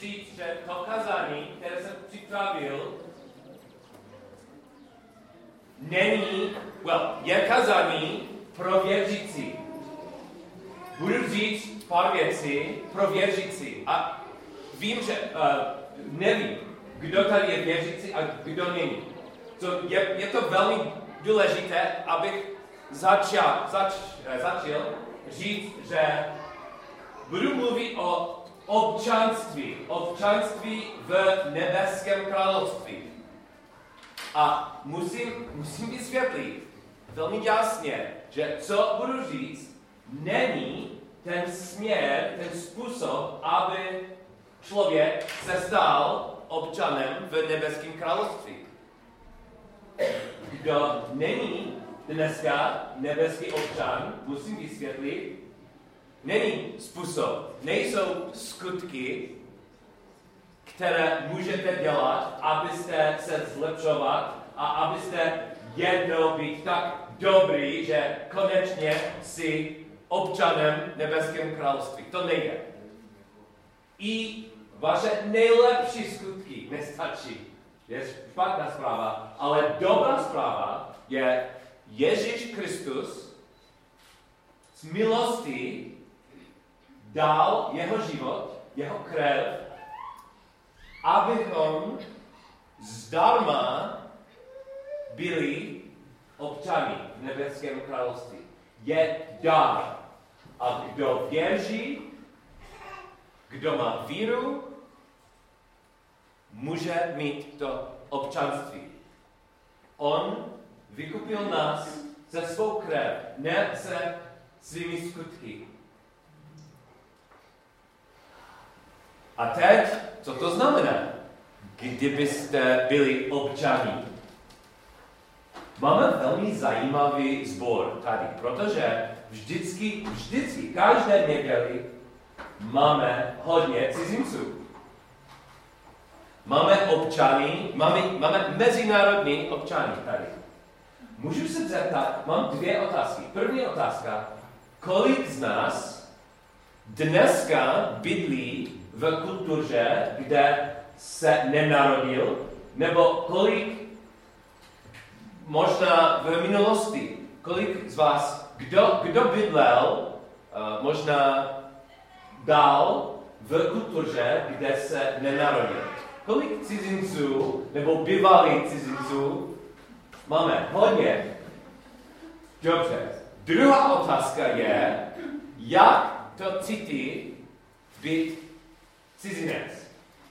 říct, že to kazání, které jsem připravil, je kazání pro věřící. Budu říct pár věcí pro věřící. A vím, že nevím, kdo tady je věřící a kdo není. Je to velmi důležité, abych začal říct, že budu mluvit o občanství v nebeském království. A musím vysvětlit velmi jasně, že co budu říct, není ten směr, ten způsob, aby člověk se stal občanem v nebeském království. Kdo není dneska nebeský občan, musím vysvětlit, není způsob, nejsou skutky, které můžete dělat, abyste se zlepšovat a abyste jednou být tak dobrý, že konečně jsi občanem nebeském království. To nejde. I vaše nejlepší skutky nestačí. Je špatná zpráva, ale dobrá zpráva je Ježíš Kristus z milosti dal jeho život, jeho krev, abychom zdarma byli občany v nebeském království. Je dar. A kdo věří, kdo má víru, může mít to občanství. On vykupil nás ze svou krev, ne se svými skutky. A teď, co to znamená, kdybyste byli občany? Máme velmi zajímavý sbor tady, protože vždycky, každé neděli máme hodně cizinců. Máme občany, máme mezinárodní občany tady. Můžu se zeptat, mám dvě otázky. První otázka, kolik z nás dneska bydlí v kultuře, kde se nenarodil, nebo kolik možná v minulosti, kolik z vás, kdo bydlel možná dál v kultuře, kde se nenarodil. Kolik cizinců, nebo bývalých cizinců máme? Hodně. Dobře. Druhá otázka je, jak to cítí být cizinec.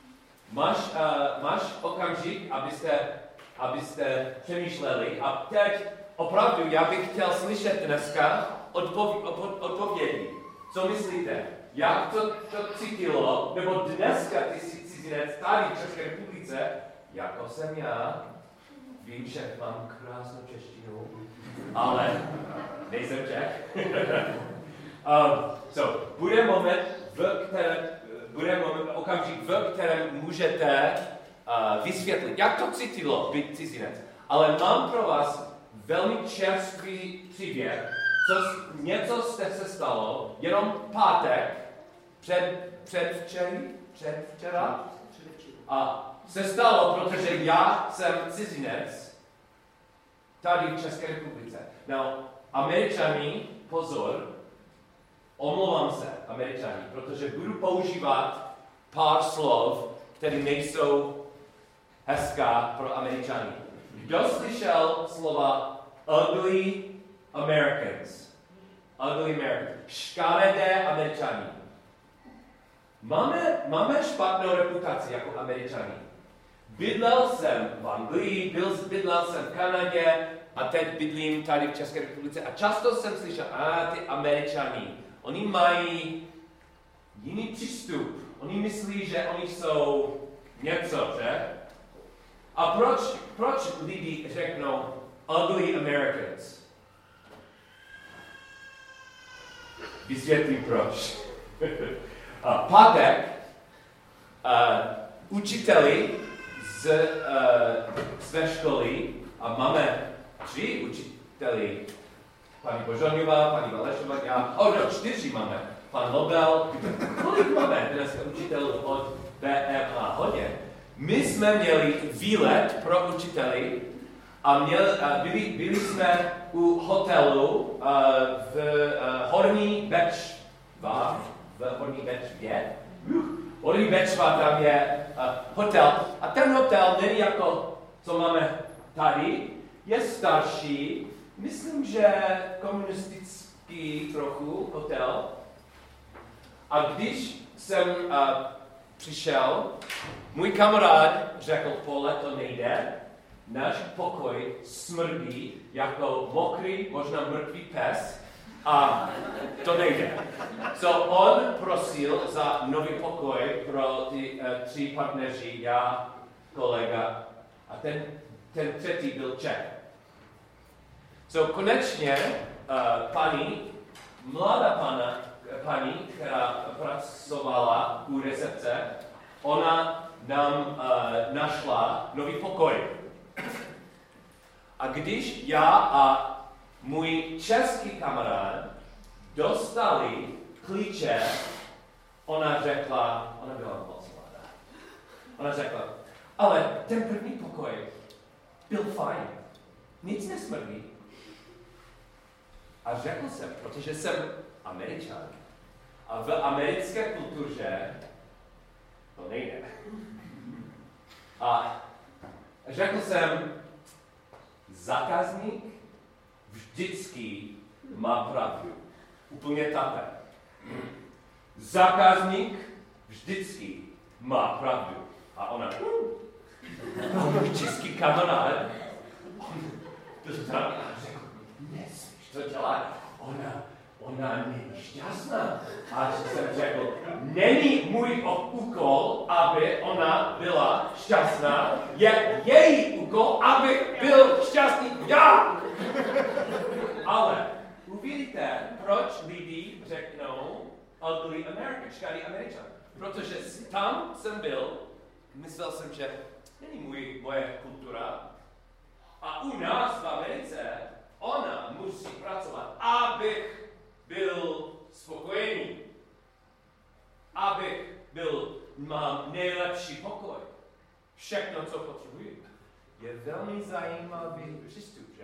Máš okamžik, abyste přemýšleli a teď opravdu já bych chtěl slyšet dneska odpovědi. Co myslíte? Jak to cítilo, nebo dneska ty jsi cizinec tady v České republice, jako jsem já, vím, že mám krásnou češtinu, ale nejsem Čech. Bude okamžik, v kterém můžete vysvětlit, jak to cítilo být cizinec. Ale mám pro vás velmi čerstvý příběh, něco se stalo, jenom pátek, předvčera. A se stalo, protože já jsem cizinec tady v České republice. No, Američani, pozor, omlouvám se, Američani, protože budu používat pár slov, které nejsou hezká pro Američany. Kdo slyšel slova ugly Americans? Ugly Americans. Škaredé Američani. Máme špatnou reputaci jako Američani. Bydlel jsem v Anglii, bydlel jsem v Kanadě a teď bydlím tady v České republice. A často jsem slyšel, ty Američani, oni mají jiný přístup. Oni myslí, že oni jsou něco, že? A proč lidi řeknou ugly Americans? Vysvětlím proč. Pátek učiteli z své školy, a máme 3 učiteli, paní Božoňová, paní Valešová, já, 4 máme, pan Lobel, kolik máme dneska učitelů od BMA, hodně. My jsme měli výlet pro učiteli a byli jsme u hotelu v Horní Bečva, Horní Bečva, tam je hotel. A ten hotel není jako, co máme tady, je starší, myslím, že komunistický trochu hotel. A když jsem přišel, můj kamarád řekl, Pole, to nejde, náš pokoj smrdí jako mokrý, možná mrtvý pes a to nejde. So on prosil za nový pokoj pro ty 3 partneři, já, kolega a ten třetí byl Čech. So konečně mladá paní, která pracovala u recepce, ona nám našla nový pokoj. A když já a můj český kamarád dostali klíče, ona byla moc mladá. Ona řekla, ale ten první pokoj byl fajn, nic nesmrdí. A řekl jsem, protože jsem Američan a v americké kultuře to nejde. A řekl jsem, zákazník vždycky má pravdu. Úplně takhle. Zákazník vždycky má pravdu. A ona, můj český kamarád, byl tam a řekl, nesmíš to dělat. Ona není šťastná. A jsem řekl, není můj úkol, aby ona byla šťastná, je její úkol, aby byl šťastný já. Ale uvidíte, proč lidi řeknou ugly American, škaredý Američan. Protože tam jsem byl, myslel jsem, že není moje kultura. A u nás v Americe ona musí pracovat, abych byl spokojený, abych mám nejlepší pokoj. Všechno, co potřebuji. Je velmi zajímavý přístup, že?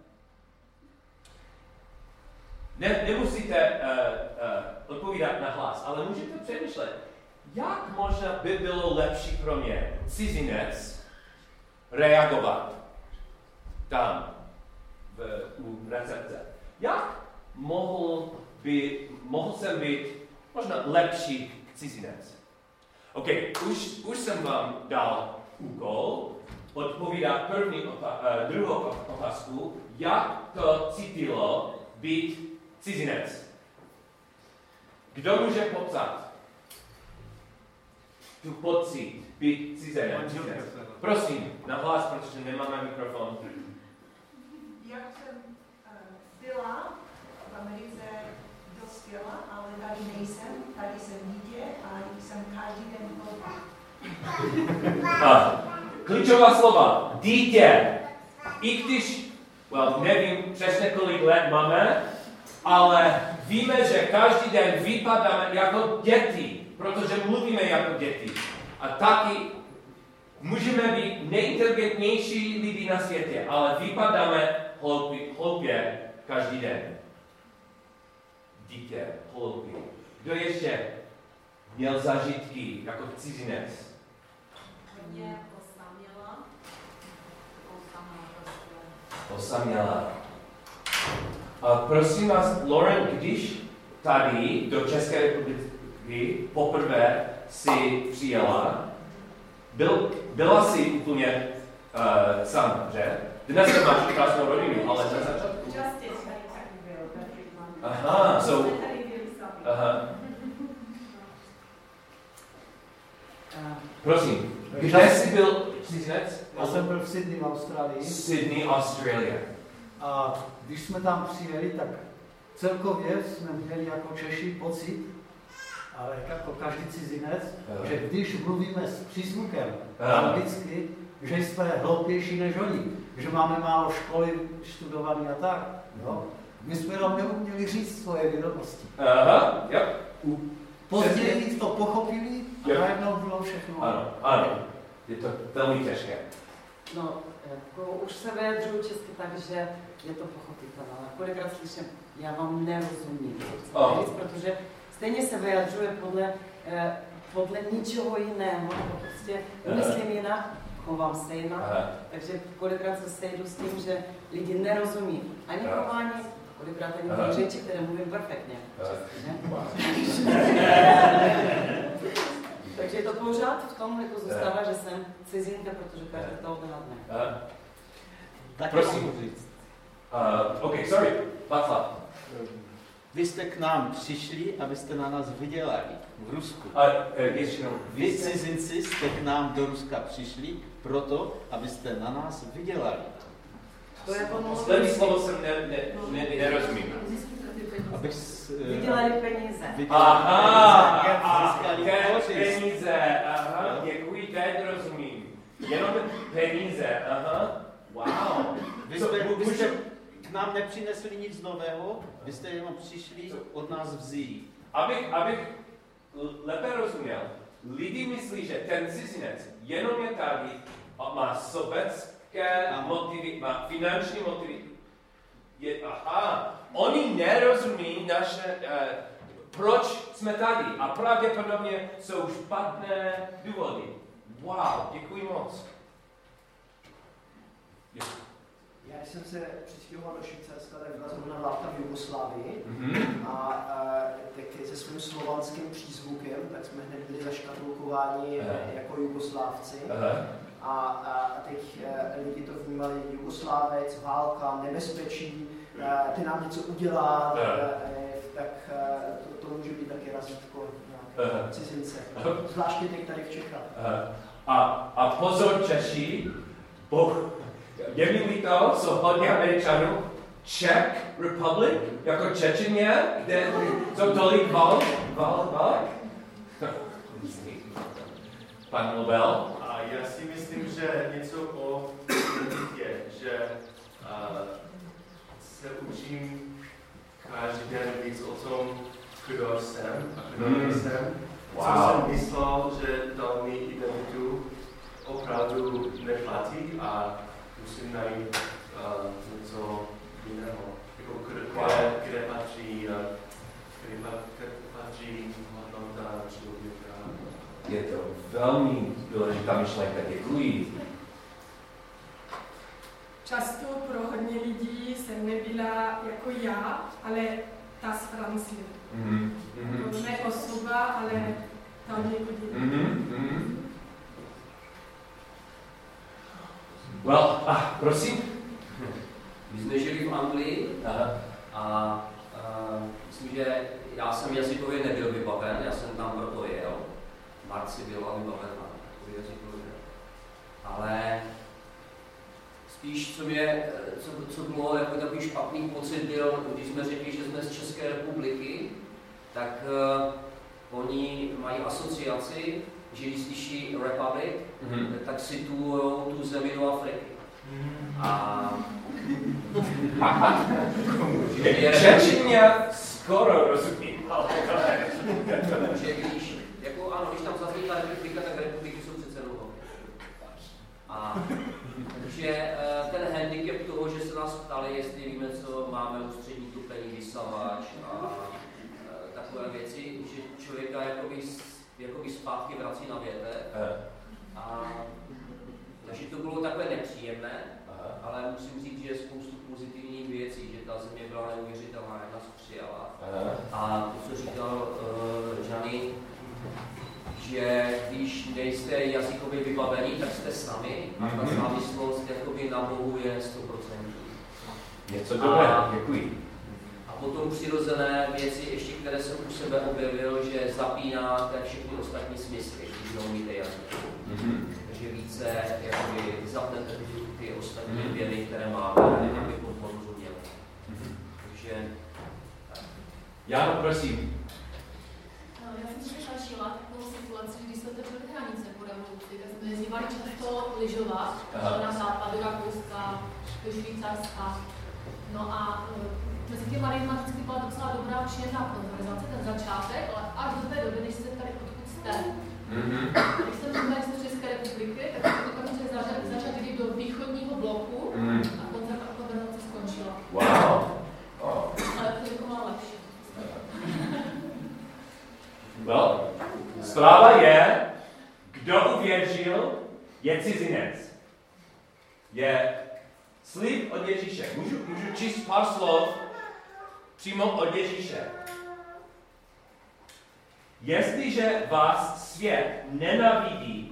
Nemusíte odpovídat na hlas, ale můžete přemýšlet, jak možná by bylo lepší pro mě, cizinec, reagovat tam u recepce. Jak mohl jsem být možná lepší cizinec? OK, už jsem vám dal úkol odpovídat druhou otázku, jak to cítilo být cizinec. Kdo může popsat tu pocit být cizinec? Prosím, na hlas, protože nemáme mikrofon. Jak jsem byla v Americe dospěla, ale tady nejsem, tady jsem dítě a jsem každý den volba. Klíčová slova. Dítě. I když, nevím přesně kolik let máme, ale víme, že každý den vypadáme jako děti, protože mluvíme jako děti. A taky můžeme být nejinteligentnější lidi na světě, ale vypadáme hloupě každý den. Dítě, hloupě. Kdo ještě měl zažitky jako cizinec? Hodně Osamělá. A prosím vás, Lauren, když tady do České republiky poprvé si přijela, byla jsi úplně sama, že? Dnes máš krásnou rodinu, ale na začátku. Častěji tady taky byl, takže mám. Aha, Jsme tady byli sami. Aha. Prosím, kde jsi byl cizinec? Já jsem byl v Sydney v Austrálii. Sydney, Australia. A když jsme tam přijeli, tak celkově jsme měli jako Češi pocit, ale jako každý cizinec, že když mluvíme s přízvukem anglicky, že jsme hloupější než oni, že máme málo školy studovaný a tak. No. My jsme nám neuměli říct svoje vědomosti. Aha, jo. Později to pochopili a najednou bylo všechno všechno. Ano, ano. Je to velmi těžké. No, jako už se vyjadřuju česky tak, že je to pochopitelné, ale kolikrát slyším, já vám nerozumím, co chcete říct, protože stejně se vyjadřuje podle ničeho jiného, prostě myslím jinak, chovám se jinak, takže kolikrát se sejdu s tím, že lidi nerozumí ani chování, kolikrát ani ty řeči, které mluvím perfektně. Takže je to pořád v tom, jako zůstává, že jsem cizinka, protože každý to odhadne. Tak prosím. OK, sorry, Václav. Vy jste k nám přišli, abyste na nás vydělali v Rusku. Vy cizinci jste k nám do Ruska přišli proto, abyste na nás vydělali. Poslední slovo jsem nerozumím. Vydělali peníze. Aha, peníze, aha, děkuji, teď rozumím. Jenom peníze, aha, wow. Vy jste k nám nepřinesli nic nového, vy jste jenom přišli od nás vzít. Abych lépe rozuměl, lidi myslí, že ten cizinec jenom je tady a má sobecké motivy, má finanční motivy. Oni nerozumí naše, proč jsme tady a pravděpodobně jsou špatné důvody. Wow, děkuji moc. Já jsem se přistěhoval do Švýcarska, tak byla zrovna válka v Jugoslávii a tak se svým slovanským přízvukem, tak jsme hned byli zaškatulkováni jako Jugoslávci. A teď lidi to vnímali Jugoslávec, válka, nebezpečí, ty nám něco udělá, tak to může být taky razítko nějaké cizince. Zvláště teď tady v Čechách. A pozor Češi, je mi líto, jsou hodně Američanů, Czech Republic, jako Čečeně, kde jsou tolik válek. Pan Nobel. A já si myslím, že něco o identitě, že se učím každý den víc o tom, kdo jsem a kdo nejsem. Co jsem myslel, že dal mi identitu, opravdu neplatí a musím najít něco jiného, jako kde patří hodnota člověka. Je to velmi důležitá myšlenka, děkuji. Často pro hodně lidí jsem nebyla jako já, ale ta z Francie. Ne osoba, ale ta někud jiný. Well, prosím. My jsme žili v Anglii a myslím, že já jsem jazykově nebyl vybaven, já jsem tam proto jel. Marci byla vybavená jazykově. Ale spíš, co bylo jako takový špatný pocit byl, když jsme řekli, že jsme z České republiky, tak oni mají asociaci, že když slyší Republic, tak situujou tu zemi do Afriky. A Čečeně skoro rozumím. že když, jako ano, když tam zazní ta republika, tak republiky jsou přece dlouho. A takže ten handicap toho, že se nás ptali, jestli víme, co máme ústřední tupení vysavač a takové věci, že člověka jakoby zpátky vrací na větev. Takže to bylo takové nepříjemné, ale musím říct, že je spoustu pozitivních věcí, že ta země byla neuvěřitelná, jak nás přijala. A to, co říkal Gianni, že když nejste jazykově vybavení, tak jste sami a ta závislost jakoby na Bohu je 100%. Něco dobrého, děkuji. A potom přirozené věci, ještě které jsem u sebe objevil, že zapínáte všechny ostatní smysly, když neumíte jazyk. Takže více jakoby zapnete ty ostatní vědy, které máme, aby porozuměli. Takže... Jano, prosím. Já jsem si zažila takovou situaci, když jsme otevřeli hranice po revoluci, tak jsme jezdívali často lyžovat na západ, do Rakouska, do Švýcarska. No a mezi těma lidma vždycky byla docela dobrá příjemná konverzace, ten začátek, ale až do té doby, než se tady odkud jste. Když jsem Zpráva je, kdo uvěřil, je cizinec. Je slib od Ježíše. Můžu číst pár slov přímo od Ježíše. Jestliže vás svět nenávidí,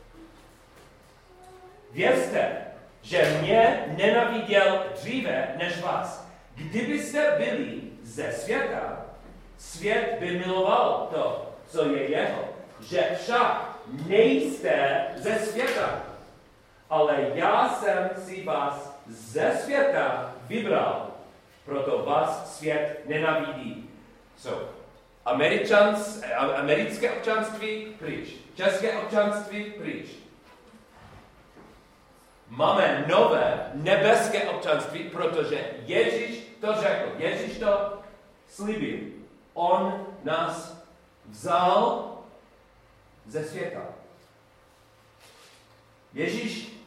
vězte, že mě nenáviděl dříve než vás. Kdybyste byli ze světa, svět by miloval to, co je jeho. Že však nejste ze světa, ale já jsem si vás ze světa vybral, proto vás svět nenávidí. Americké občanství pryč, české občanství pryč. Máme nové nebeské občanství, protože Ježíš to řekl, Ježíš to slíbil. On nás vzal ze světa. Ježíš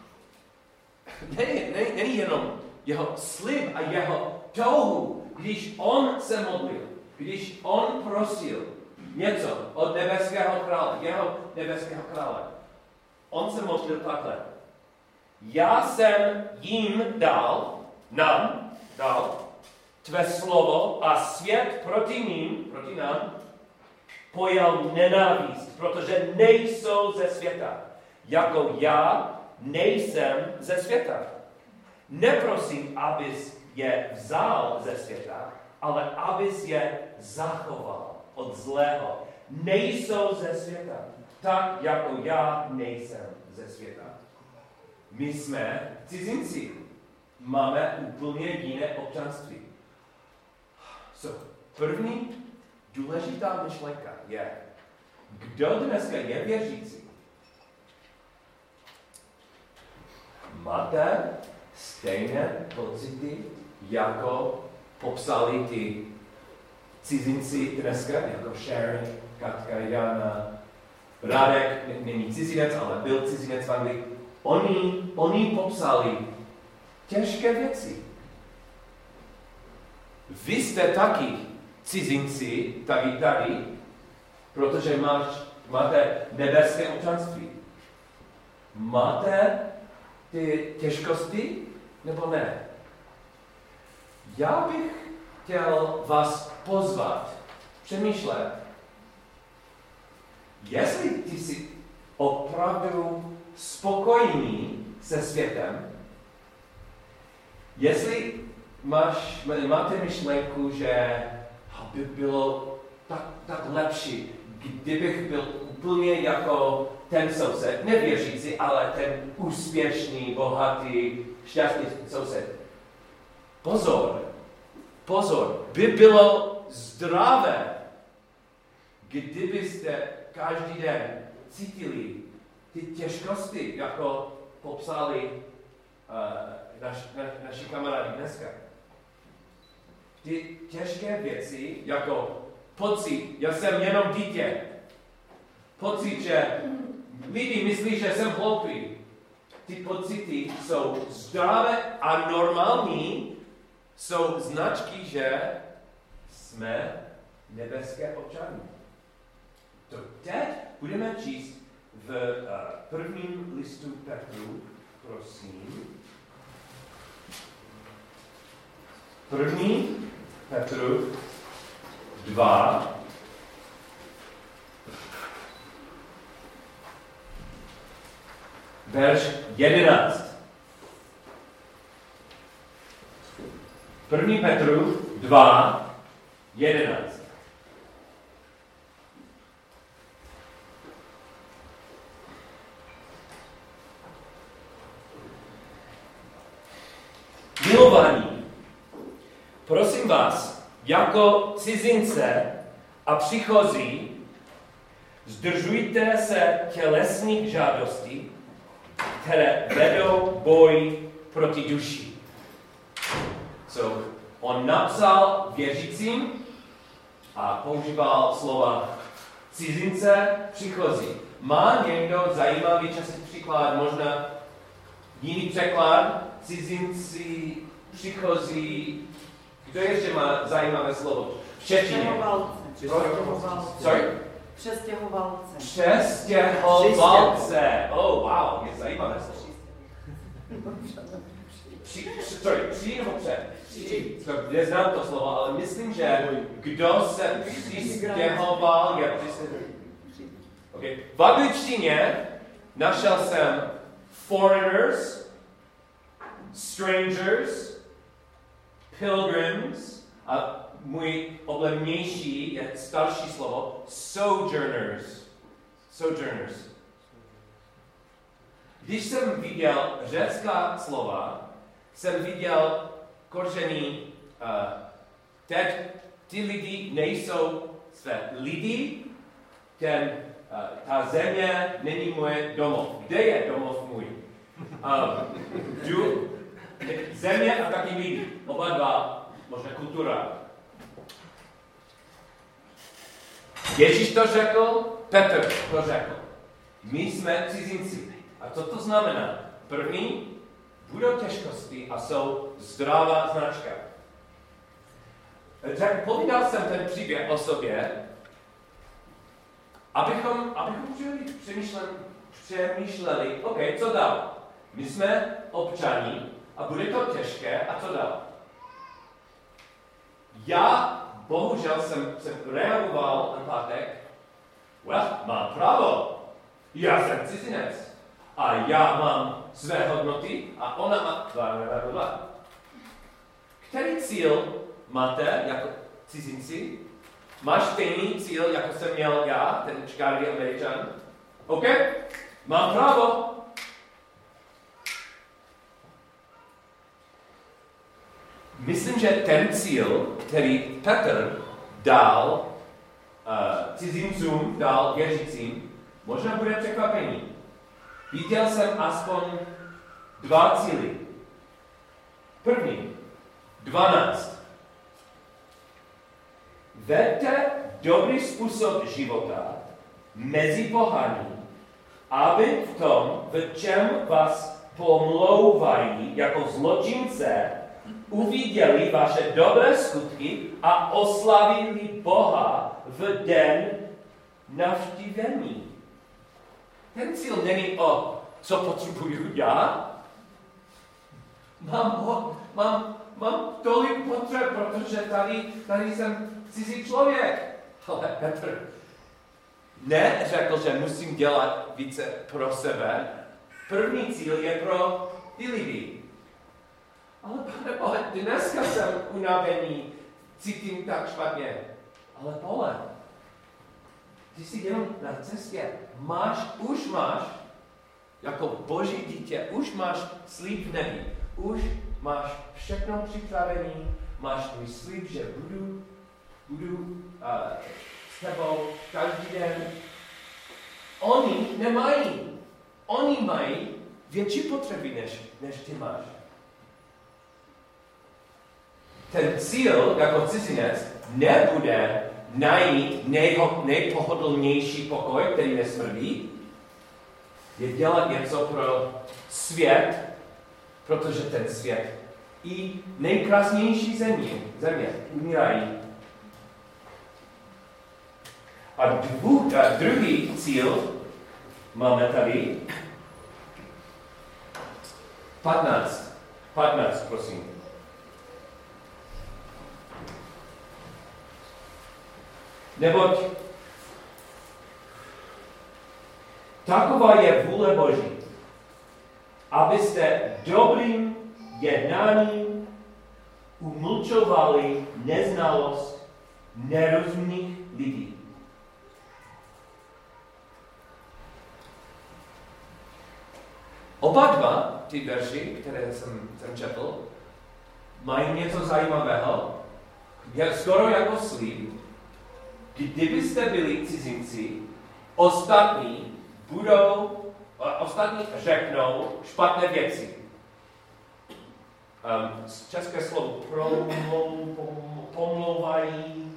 není jenom jeho slib a jeho touhu, když on se modlil, když on prosil něco od nebeského krále, jeho nebeského krále. On se modlil takhle. Já jsem jim nám dal tvé slovo a svět proti nám, pojal nenávist, protože nejsou ze světa, jako já nejsem ze světa. Neprosím, abys je vzal ze světa, ale abys je zachoval od zlého. Nejsou ze světa, tak jako já nejsem ze světa. My jsme cizinci. Máme úplně jiné občanství. První důležitá myšlenka je, kdo dneska je věřící? Máte stejné pocity, jako popsali ty cizinci dneska, jako Sharon, Katka, Jana, Radek, není cizinec, ale byl cizinec v Anglii. Oni popsali těžké věci. Vy jste taky cizinci, tady, protože máte nebeské občanství. Máte ty těžkosti, nebo ne? Já bych chtěl vás pozvat, přemýšlet, jestli ty jsi opravdu spokojený se světem, jestli máte myšlenku, že by bylo tak lepší, kdybych byl úplně jako ten soused, nevěřící, ale ten úspěšný, bohatý, šťastný soused. Pozor, by bylo zdravé, kdybyste každý den cítili ty těžkosti, jako popsali naši kamarádi dneska. Ty těžké věci, jako pocit, já jsem jenom dítě. Pocit, že lidi myslí, že jsem hloupý. Ty pocity jsou zdravé a normální, jsou značky, že jsme nebeské občany. To teď budeme číst v prvním listu Petru, prosím. První Petru 2. Verš 11. 1. Petru 2, 11. Milovaní, prosím vás, jako cizince a příchozí, zdržujte se tělesných žádostí, které vedou boj proti duši. On napsal věřícím a používal slova cizince, příchozí. Má někdo zajímavý časový příklad, možná jiný překlad, cizinci, příchozí, kdo ještě má zajímavé slovo? V češtině. Sorry? V Přestěhovalce. Přestěhovalce. Oh, wow, je zajímavé slovo. Při nebo před? Neznám to slovo, ale myslím, že kdo se přistěhoval, je okay. V angličtině našel jsem foreigners, strangers, pilgrims a můj oblíbenější je starší slovo sojourners. Sojourners. Když jsem viděl řecká slova, jsem viděl koření, teď ty lidi nejsou své lidi, ta země není moje domov. Kde je domov můj? Země a taky lidi. Oba dva, možná kultura. Ježíš to řekl, Petr to řekl. My jsme cizinci. A co to znamená? První, budou těžkosti a jsou zdravá značka. Povídal jsem ten příběh o sobě, abychom přemýšleli, OK, co dál? My jsme občani a bude to těžké, a co dál? Já, bohužel jsem reagoval na pátek, mám právo, já jsem cizinec a já mám své hodnoty a ona má blablabla. Který cíl máte jako cizinci? Máš stejný cíl, jako jsem měl já, ten škárdý Američan? OK, mám právo. Myslím, že ten cíl, který Petr dal cizincům, dal věřícím, možná bude překvapení. Viděl jsem aspoň 2 cíly. První, 12. Veďte dobrý způsob života mezi pohany, aby v tom, v čem vás pomlouvají jako zločince, uviděli vaše dobré skutky a oslavili Boha v den navštívení. Ten cíl není o, co potřebuju já. Mám tolik potřeb, protože tady jsem cizí člověk. Ale Petr neřekl, že musím dělat více pro sebe. První cíl je pro ty lidi. Ale dneska jsem unavený, cítím tak špatně. Ale Pole, ty jsi jenom na cestě. Už máš, jako boží dítě, už máš slib v nebi. Už máš všechno připravené, máš tvůj slib, že budu s tebou každý den. Oni nemají. Oni mají větší potřeby, než ty máš. Ten cíl jako cizinec nebude najít nejpohodlnější pokoj, který nesmrdí, je dělat něco pro svět, protože ten svět i nejkrásnější země umírají. A druhý cíl máme tady 15, prosím. Neboť taková je vůle Boží, abyste dobrým jednáním umlčovali neznalost nerozumných lidí. Oba dva ty verši, které jsem četl, mají něco zajímavého. Je skoro jako slib. Kdybyste byli cizinci, ostatní řeknou špatné věci. České slovo pomlouvají,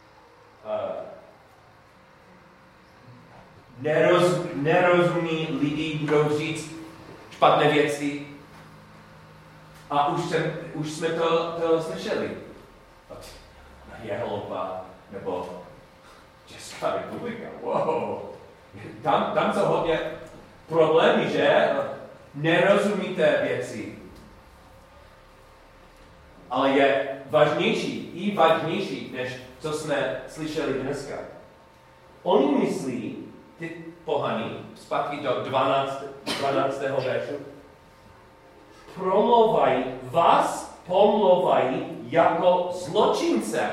nerozumí lidi budou říct špatné věci. A už jsme to slyšeli. Je hloupá, nebo ta republika, wow. Tam jsou hodně problémy, že? Nerozumíte věci. Ale je vážnější, než co jsme slyšeli dneska. Oni myslí, ty pohani, zpátky do 12. veršu, vás pomlouvají jako zločince.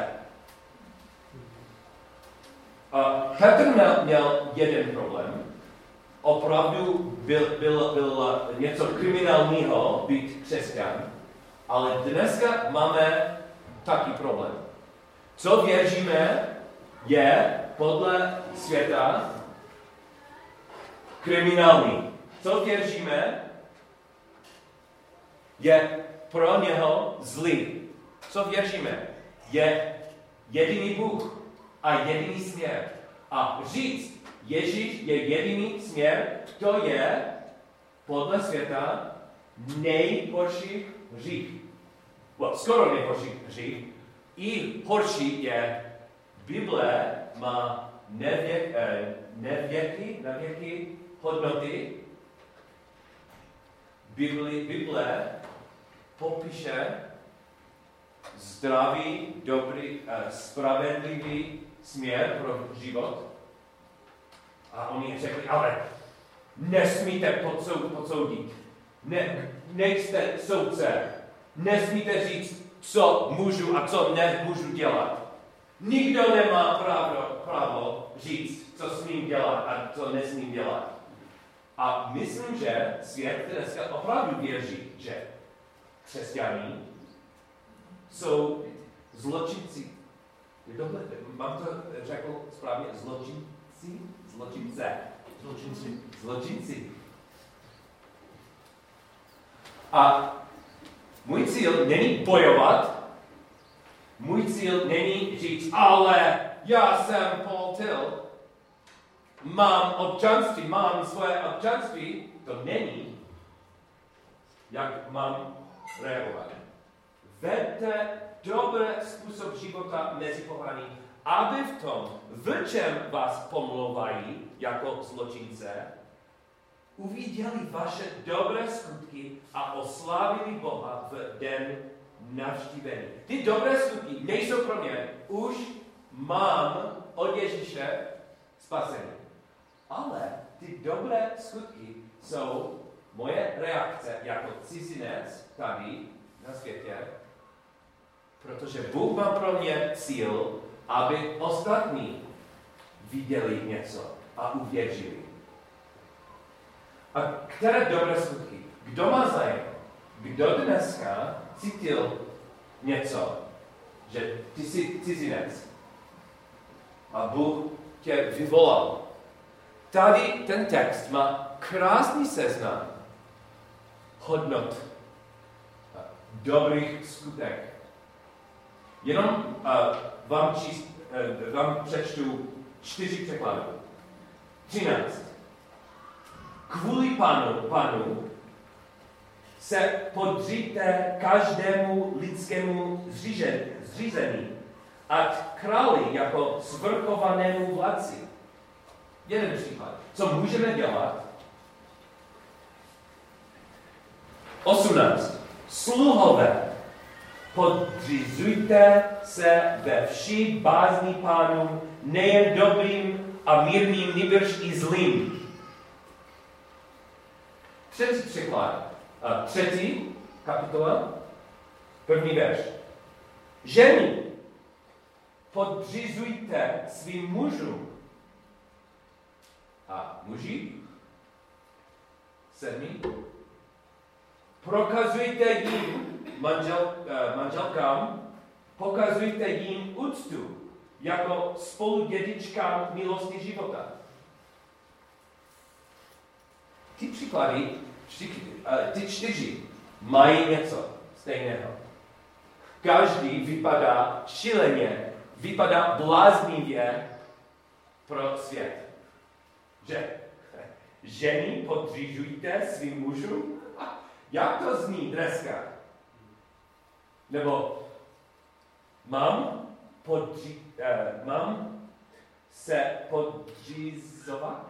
Petr měl jeden problém. Opravdu byl něco kriminálního být křesťan, ale dneska máme taky problém. Co věříme, je podle světa kriminální. Co věříme, je pro něho zlý. Co věříme, je jediný Bůh a jediný směr. A říct, Ježíš je jediný směr, to je podle světa nejhorší hřích. Skoro nejhorší hřích. I horší je, Bible má nevěky hodnoty. Bible popíše zdravý, dobrý, spravedlivý směr pro život. A oni řekli, ale nesmíte podsoudit. Nejste soudce. Nesmíte říct, co můžu a co nemůžu dělat. Nikdo nemá právo říct, co smím dělat a co nesmím dělat. A myslím, že svět dneska opravdu věří, že křesťané jsou zločinci. Mám to řekl správně? Zločinci. A můj cíl není bojovat, můj cíl není říct, ale já jsem Paul Till, mám svoje občanství, to není, jak mám reagovat. Vedte dobrý způsob života mezi pohany, aby v tom, v čem vás pomlouvají jako zločince, uviděli vaše dobré skutky a oslávili Boha v den navštívení. Ty dobré skutky nejsou pro mě. Už mám od Ježíše spasení. Ale ty dobré skutky jsou moje reakce jako cizinec tady na světě, protože Bůh má pro mě cíl, aby ostatní viděli něco a uvěřili. A které dobré skutky? Kdo má zájem? Kdo dneska cítil něco, že ty jsi cizinec a Bůh tě vyvolal? Tady ten text má krásný seznam hodnot dobrých skutek. Jenom vám přečtu 4 překlady. 13. Kvůli Pánu se podříte každému lidskému zřízení, ať králi jako svrchovanému vládci. Jeden příklad. Co můžeme dělat? 18. Sluhové, podřizujte se ve vší bázni Pánu, nejen dobrým a mírným, nýbrž i zlým. Třetí příklad. 3. kapitola, 1. verš. Ženy, podřizujte svým mužům. A muži? 7. Prokazujte jim, manželkám, pokazujte jim úctu jako spoludědičkám milosti života. Ty příklady, ty 4 mají něco stejného. Každý vypadá šíleně, vypadá bláznivě pro svět. Že ženy podřížujte svým mužům? Jak to zní dneska? Nebo mám se podřizovat?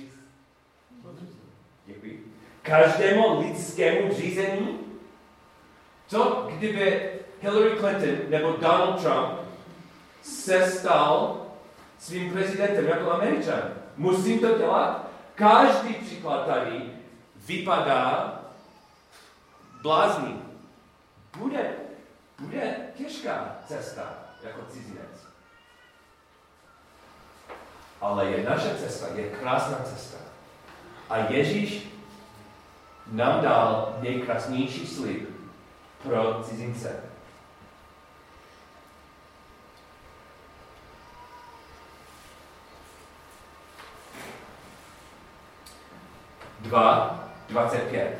Děkuji. Každému lidskému řízení? Co kdyby Hillary Clinton nebo Donald Trump se stal svým prezidentem jako Američan? Musím to dělat? Každý příklad tady vypadá blázní. Bude těžká cesta jako cizinec. Ale je naše cesta, je krásná cesta. A Ježíš nám dal nejkrásnější slib pro cizince. Dva, 25.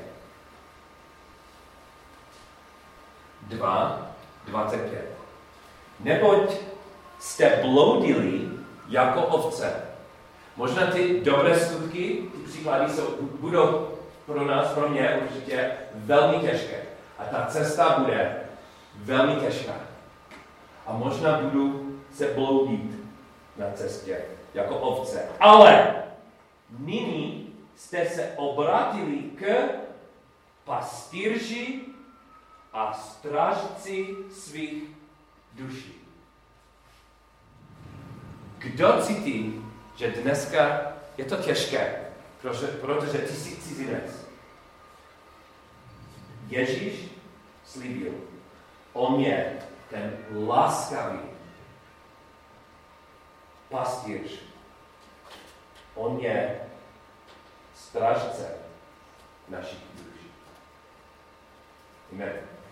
2:25. Neboť jste bloudili jako ovce. Možná ty dobré skutky, ty příklady budou pro nás, pro mě určitě velmi těžké. A ta cesta bude velmi těžká. A možná budu se bloudit na cestě jako ovce. Ale nyní jste se obrátili k pastýři a strážci svých duší. Kdo cítí, že dneska je to těžké, protože ty jsi cizinec? Ježíš slíbil, on je ten láskavý pastýř. On je strážce našich duší. Amen.